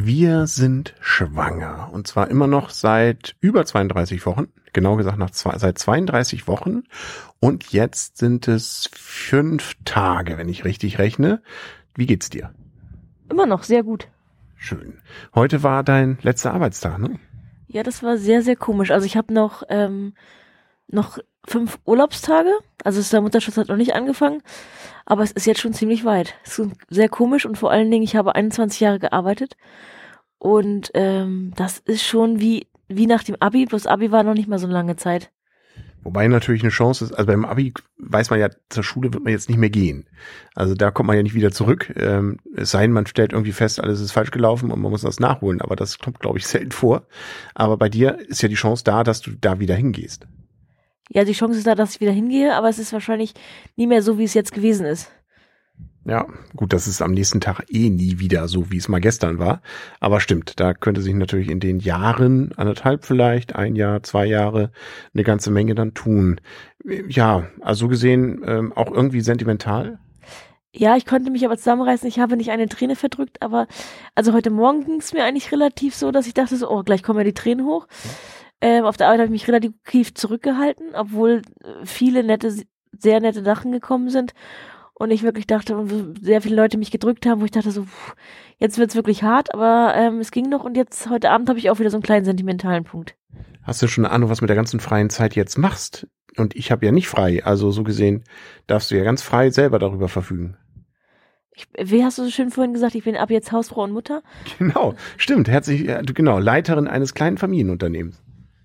Wir sind schwanger und zwar immer noch seit über 32 Wochen, genau gesagt seit 32 Wochen und jetzt sind es 5 Tage, wenn ich richtig rechne. Wie geht's dir? Immer noch sehr gut. Schön. Heute war dein letzter Arbeitstag, ne? Ja, das war sehr, sehr komisch. Also ich habe noch 5 Urlaubstage, also der Mutterschutz hat noch nicht angefangen, aber es ist jetzt schon ziemlich weit. Es ist sehr komisch und vor allen Dingen, ich habe 21 Jahre gearbeitet und das ist schon wie nach dem Abi, bloß Abi war noch nicht mal so lange Zeit. Wobei natürlich eine Chance ist, also beim Abi weiß man ja, zur Schule wird man jetzt nicht mehr gehen. Also da kommt man ja nicht wieder zurück. Es sei denn, man stellt irgendwie fest, alles ist falsch gelaufen und man muss das nachholen. Aber das kommt, glaube ich, selten vor. Aber bei dir ist ja die Chance da, dass du da wieder hingehst. Ja, die Chance ist da, dass ich wieder hingehe, aber es ist wahrscheinlich nie mehr so, wie es jetzt gewesen ist. Ja, gut, das ist am nächsten Tag nie wieder so, wie es mal gestern war. Aber stimmt, da könnte sich natürlich in den Jahren, 1,5 vielleicht, 1 Jahr, 2 Jahre, eine ganze Menge dann tun. Ja, also so gesehen auch irgendwie sentimental. Ja, ich konnte mich aber zusammenreißen, ich habe nicht eine Träne verdrückt, aber also heute Morgen ging es mir eigentlich relativ so, dass ich dachte so, oh, gleich kommen ja die Tränen hoch. Auf der Arbeit habe ich mich relativ zurückgehalten, obwohl viele sehr nette Sachen gekommen sind. Und ich wirklich dachte, und sehr viele Leute mich gedrückt haben, wo ich dachte so, jetzt wird's wirklich hart, aber es ging noch und jetzt heute Abend habe ich auch wieder so einen kleinen sentimentalen Punkt. Hast du schon eine Ahnung, was du mit der ganzen freien Zeit jetzt machst? Und ich habe ja nicht frei, also so gesehen darfst du ja ganz frei selber darüber verfügen. Wie hast du so schön vorhin gesagt, ich bin ab jetzt Hausfrau und Mutter? Genau, stimmt, genau, Leiterin eines kleinen Familienunternehmens.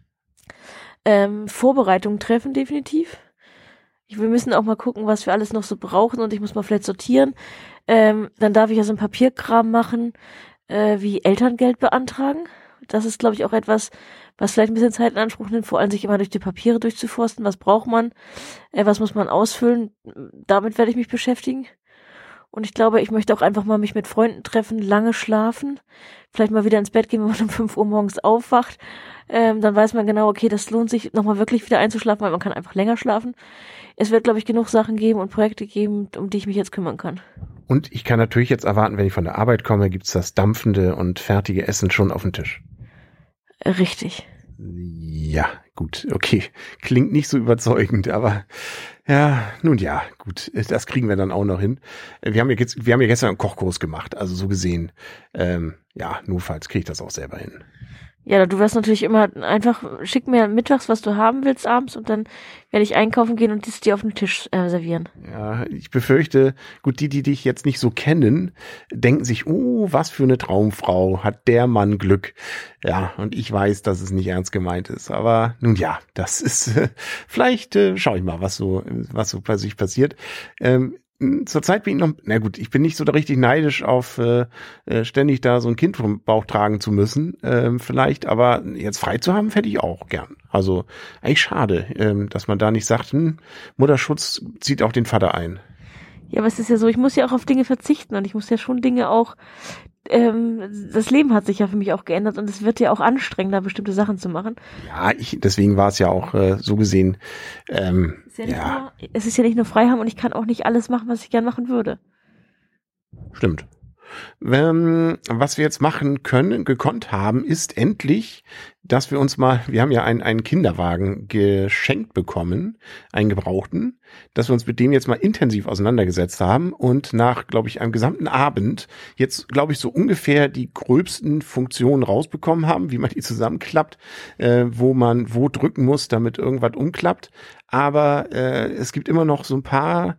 Vorbereitungen treffen definitiv. Wir müssen auch mal gucken, was wir alles noch so brauchen und ich muss mal vielleicht sortieren. Dann darf ich ja so ein Papierkram machen, wie Elterngeld beantragen. Das ist, glaube ich, auch etwas, was vielleicht ein bisschen Zeit in Anspruch nimmt, vor allem sich immer durch die Papiere durchzuforsten. Was braucht man? Was muss man ausfüllen? Damit werde ich mich beschäftigen. Und ich glaube, ich möchte auch einfach mal mich mit Freunden treffen, lange schlafen, vielleicht mal wieder ins Bett gehen, wenn man um 5 Uhr morgens aufwacht. Dann weiß man genau, okay, das lohnt sich nochmal wirklich wieder einzuschlafen, weil man kann einfach länger schlafen. Es wird, glaube ich, genug Sachen geben und Projekte geben, um die ich mich jetzt kümmern kann. Und ich kann natürlich jetzt erwarten, wenn ich von der Arbeit komme, gibt's das dampfende und fertige Essen schon auf dem Tisch. Richtig. Ja, gut, okay. Klingt nicht so überzeugend, aber ja, nun ja, gut, das kriegen wir dann auch noch hin. Wir haben ja gestern einen Kochkurs gemacht, also so gesehen, ja, notfalls kriege ich das auch selber hin. Ja, du wirst natürlich immer einfach, schick mir mittags, was du haben willst abends und dann werde ich einkaufen gehen und das dir auf den Tisch servieren. Ja, ich befürchte, gut, die dich jetzt nicht so kennen, denken sich, oh, was für eine Traumfrau, hat der Mann Glück. Ja, und ich weiß, dass es nicht ernst gemeint ist, aber nun ja, das ist, vielleicht schaue ich mal, was so bei sich passiert. Zurzeit bin ich noch, na gut, ich bin nicht so da richtig neidisch auf ständig da so ein Kind vom Bauch tragen zu müssen, vielleicht, aber jetzt frei zu haben, hätte ich auch gern. Also eigentlich schade, dass man da nicht sagt, Mutterschutz zieht auch den Vater ein. Ja, aber es ist ja so, ich muss ja auch auf Dinge verzichten und ich muss ja schon Dinge auch, das Leben hat sich ja für mich auch geändert und es wird ja auch anstrengender, bestimmte Sachen zu machen. Ja, deswegen war es ja auch so gesehen, es ist ja nicht nur frei haben und ich kann auch nicht alles machen, was ich gern machen würde. Stimmt. Was wir jetzt machen gekonnt haben, ist endlich, dass wir haben ja einen Kinderwagen geschenkt bekommen, einen gebrauchten, dass wir uns mit dem jetzt mal intensiv auseinandergesetzt haben und nach, glaube ich, einem gesamten Abend jetzt, glaube ich, so ungefähr die gröbsten Funktionen rausbekommen haben, wie man die zusammenklappt, wo man wo drücken muss, damit irgendwas umklappt. Aber es gibt immer noch so ein paar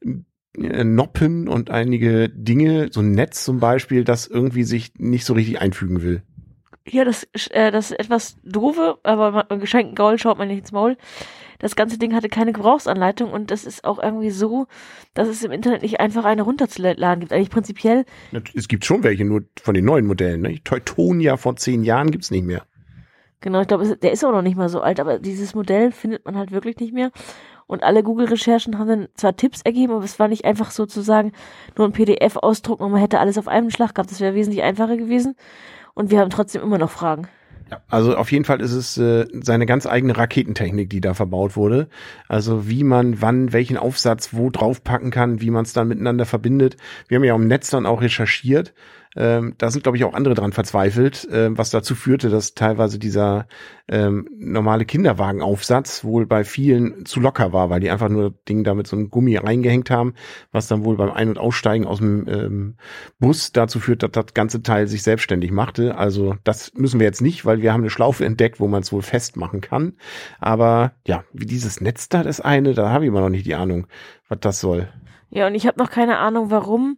Noppen und einige Dinge, so ein Netz zum Beispiel, das irgendwie sich nicht so richtig einfügen will. Ja, das ist etwas doofe, aber beim geschenkten Gaul schaut man nicht ins Maul. Das ganze Ding hatte keine Gebrauchsanleitung und das ist auch irgendwie so, dass es im Internet nicht einfach eine runterzuladen gibt. Eigentlich prinzipiell. Es gibt schon welche, nur von den neuen Modellen. Ne? Teutonia vor 10 Jahren gibt's nicht mehr. Genau, ich glaube, der ist auch noch nicht mal so alt, aber dieses Modell findet man halt wirklich nicht mehr. Und alle Google-Recherchen haben dann zwar Tipps ergeben, aber es war nicht einfach sozusagen nur ein PDF ausdrucken und man hätte alles auf einen Schlag gehabt. Das wäre wesentlich einfacher gewesen. Und wir haben trotzdem immer noch Fragen. Ja, also auf jeden Fall ist es seine ganz eigene Raketentechnik, die da verbaut wurde. Also wie man wann welchen Aufsatz wo draufpacken kann, wie man es dann miteinander verbindet. Wir haben ja im Netz dann auch recherchiert. Da sind, glaube ich, auch andere dran verzweifelt, was dazu führte, dass teilweise dieser normale Kinderwagenaufsatz wohl bei vielen zu locker war, weil die einfach nur das Ding da mit so einem Gummi reingehängt haben, was dann wohl beim Ein- und Aussteigen aus dem Bus dazu führt, dass das ganze Teil sich selbstständig machte. Also das müssen wir jetzt nicht, weil wir haben eine Schlaufe entdeckt, wo man es wohl festmachen kann. Aber ja, wie dieses Netz da, das eine, da habe ich immer noch nicht die Ahnung, was das soll. Ja, und ich habe noch keine Ahnung, warum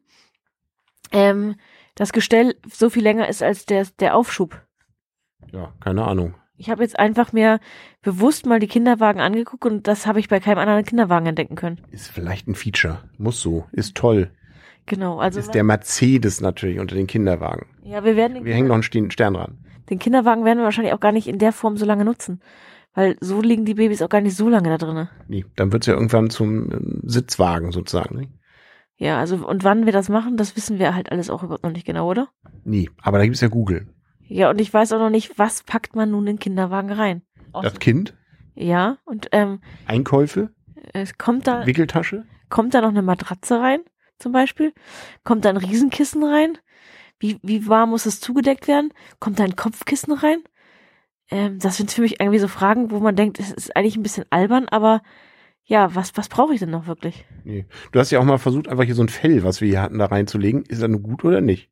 das Gestell so viel länger ist als der Aufschub. Ja, keine Ahnung. Ich habe jetzt einfach mir bewusst mal die Kinderwagen angeguckt und das habe ich bei keinem anderen Kinderwagen entdecken können. Ist vielleicht ein Feature. Muss so. Ist toll. Genau, also Ist der Mercedes natürlich unter den Kinderwagen. Ja, wir hängen noch einen Stern dran. Den Kinderwagen werden wir wahrscheinlich auch gar nicht in der Form so lange nutzen. Weil so liegen die Babys auch gar nicht so lange da drinne. Nee, dann wird's ja irgendwann zum Sitzwagen sozusagen. Ne? Ja, also und wann wir das machen, das wissen wir halt alles auch überhaupt noch nicht genau, oder? Nee, aber da gibt's ja Google. Ja, und ich weiß auch noch nicht, was packt man nun in den Kinderwagen rein? Das Kind? Ja, und Einkäufe? es kommt da Wickeltasche? Kommt da noch eine Matratze rein, zum Beispiel? Kommt da ein Riesenkissen rein? Wie warm muss es zugedeckt werden? Kommt da ein Kopfkissen rein? Das sind für mich irgendwie so Fragen, wo man denkt, es ist eigentlich ein bisschen albern, aber ja, was brauche ich denn noch wirklich? Nee. Du hast ja auch mal versucht, einfach hier so ein Fell, was wir hier hatten, da reinzulegen. Ist das nur gut oder nicht?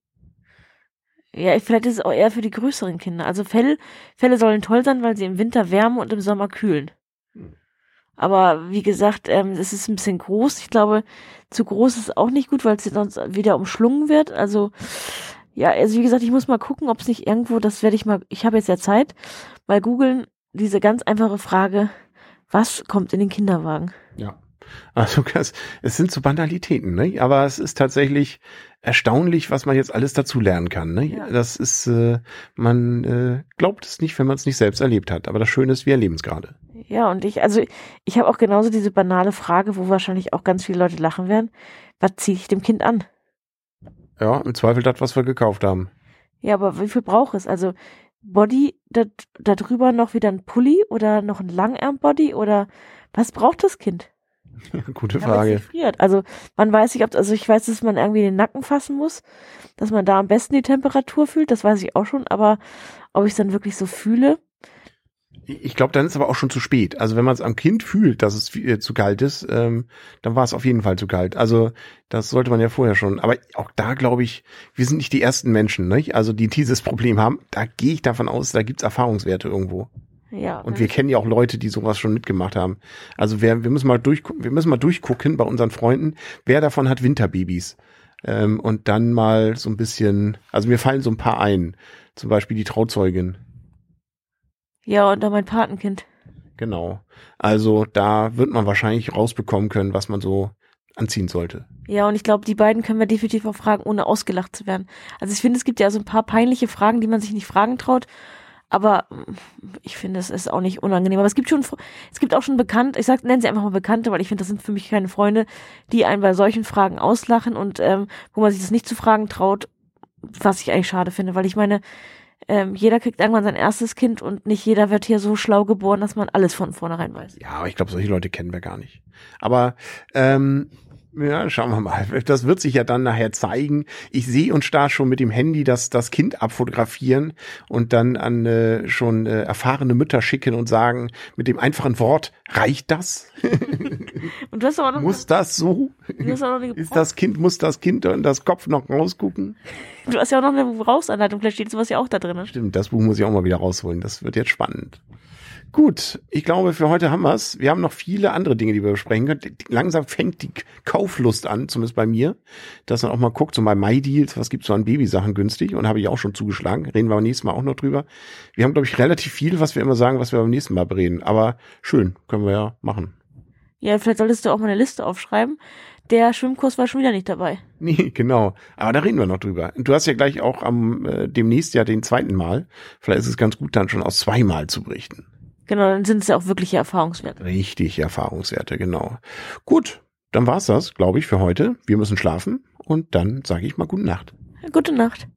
Ja, vielleicht ist es auch eher für die größeren Kinder. Also Felle sollen toll sein, weil sie im Winter wärmen und im Sommer kühlen. Aber wie gesagt, es ist ein bisschen groß. Ich glaube, zu groß ist auch nicht gut, weil es sonst wieder umschlungen wird. Also ja, also wie gesagt, ich muss mal gucken, ob es nicht irgendwo, ich habe jetzt ja Zeit, mal googeln, diese ganz einfache Frage, was kommt in den Kinderwagen? Ja. Also es sind so Banalitäten, ne? Aber es ist tatsächlich erstaunlich, was man jetzt alles dazu lernen kann. Ne? Ja. Das ist, man glaubt es nicht, wenn man es nicht selbst erlebt hat. Aber das Schöne ist, wir erleben es gerade. Ja, und ich habe auch genauso diese banale Frage, wo wahrscheinlich auch ganz viele Leute lachen werden. Was ziehe ich dem Kind an? Ja, im Zweifel das, was wir gekauft haben. Ja, aber wie viel braucht es? Also Body, da drüber noch wieder ein Pulli oder noch ein Langärm-Body oder was braucht das Kind? Ja, gute Frage. Friert. Also man weiß nicht, ich weiß, dass man irgendwie den Nacken fassen muss, dass man da am besten die Temperatur fühlt, das weiß ich auch schon, aber ob ich es dann wirklich so fühle. Ich glaube, dann ist aber auch schon zu spät. Also wenn man es am Kind fühlt, dass es zu kalt ist, dann war es auf jeden Fall zu kalt. Also das sollte man ja vorher schon. Aber auch da glaube ich, wir sind nicht die ersten Menschen, nicht? Also die dieses Problem haben. Da gehe ich davon aus, da gibt's Erfahrungswerte irgendwo. Ja. Und wir kennen ja auch Leute, die sowas schon mitgemacht haben. Also wir müssen mal durchgucken bei unseren Freunden, wer davon hat Winterbabys. Und dann mal so ein bisschen, also mir fallen so ein paar ein. Zum Beispiel die Trauzeugin. Ja, und dann mein Patenkind. Genau. Also da wird man wahrscheinlich rausbekommen können, was man so anziehen sollte. Ja, und ich glaube, die beiden können wir definitiv auch fragen, ohne ausgelacht zu werden. Also ich finde, es gibt ja so ein paar peinliche Fragen, die man sich nicht fragen traut. Aber ich finde, es ist auch nicht unangenehm. Aber es gibt auch schon Bekannte, nennen sie einfach mal Bekannte, weil ich finde, das sind für mich keine Freunde, die einen bei solchen Fragen auslachen und wo man sich das nicht zu fragen traut, was ich eigentlich schade finde, weil ich meine, jeder kriegt irgendwann sein erstes Kind und nicht jeder wird hier so schlau geboren, dass man alles von vornherein weiß. Ja, aber ich glaube, solche Leute kennen wir gar nicht. Aber ja, schauen wir mal. Das wird sich ja dann nachher zeigen. Ich sehe uns da schon mit dem Handy das Kind abfotografieren und dann an schon erfahrene Mütter schicken und sagen, mit dem einfachen Wort, reicht das? Und du hast aber noch muss das so? Muss das Kind und das Kopf noch rausgucken? Du hast ja auch noch eine Gebrauchsanleitung, vielleicht steht sowas ja auch da drin. Stimmt, das Buch muss ich auch mal wieder rausholen. Das wird jetzt spannend. Gut, ich glaube, für heute haben wir's. Wir haben noch viele andere Dinge, die wir besprechen können. Langsam fängt die Kauflust an, zumindest bei mir, dass man auch mal guckt, so bei MyDeals, was gibt's so an Babysachen günstig, und habe ich auch schon zugeschlagen. Reden wir beim nächsten Mal auch noch drüber. Wir haben, glaube ich, relativ viel, was wir immer sagen, was wir beim nächsten Mal bereden. Aber schön, können wir ja machen. Ja, vielleicht solltest du auch mal eine Liste aufschreiben. Der Schwimmkurs war schon wieder nicht dabei. Nee, genau. Aber da reden wir noch drüber. Du hast ja gleich auch demnächst ja den zweiten Mal. Vielleicht ist es ganz gut, dann schon aus 2 Mal zu berichten. Genau, dann sind es ja auch wirkliche Erfahrungswerte. Richtig, Erfahrungswerte, genau. Gut, dann war's das, glaube ich, für heute. Wir müssen schlafen und dann sage ich mal gute Nacht. Gute Nacht.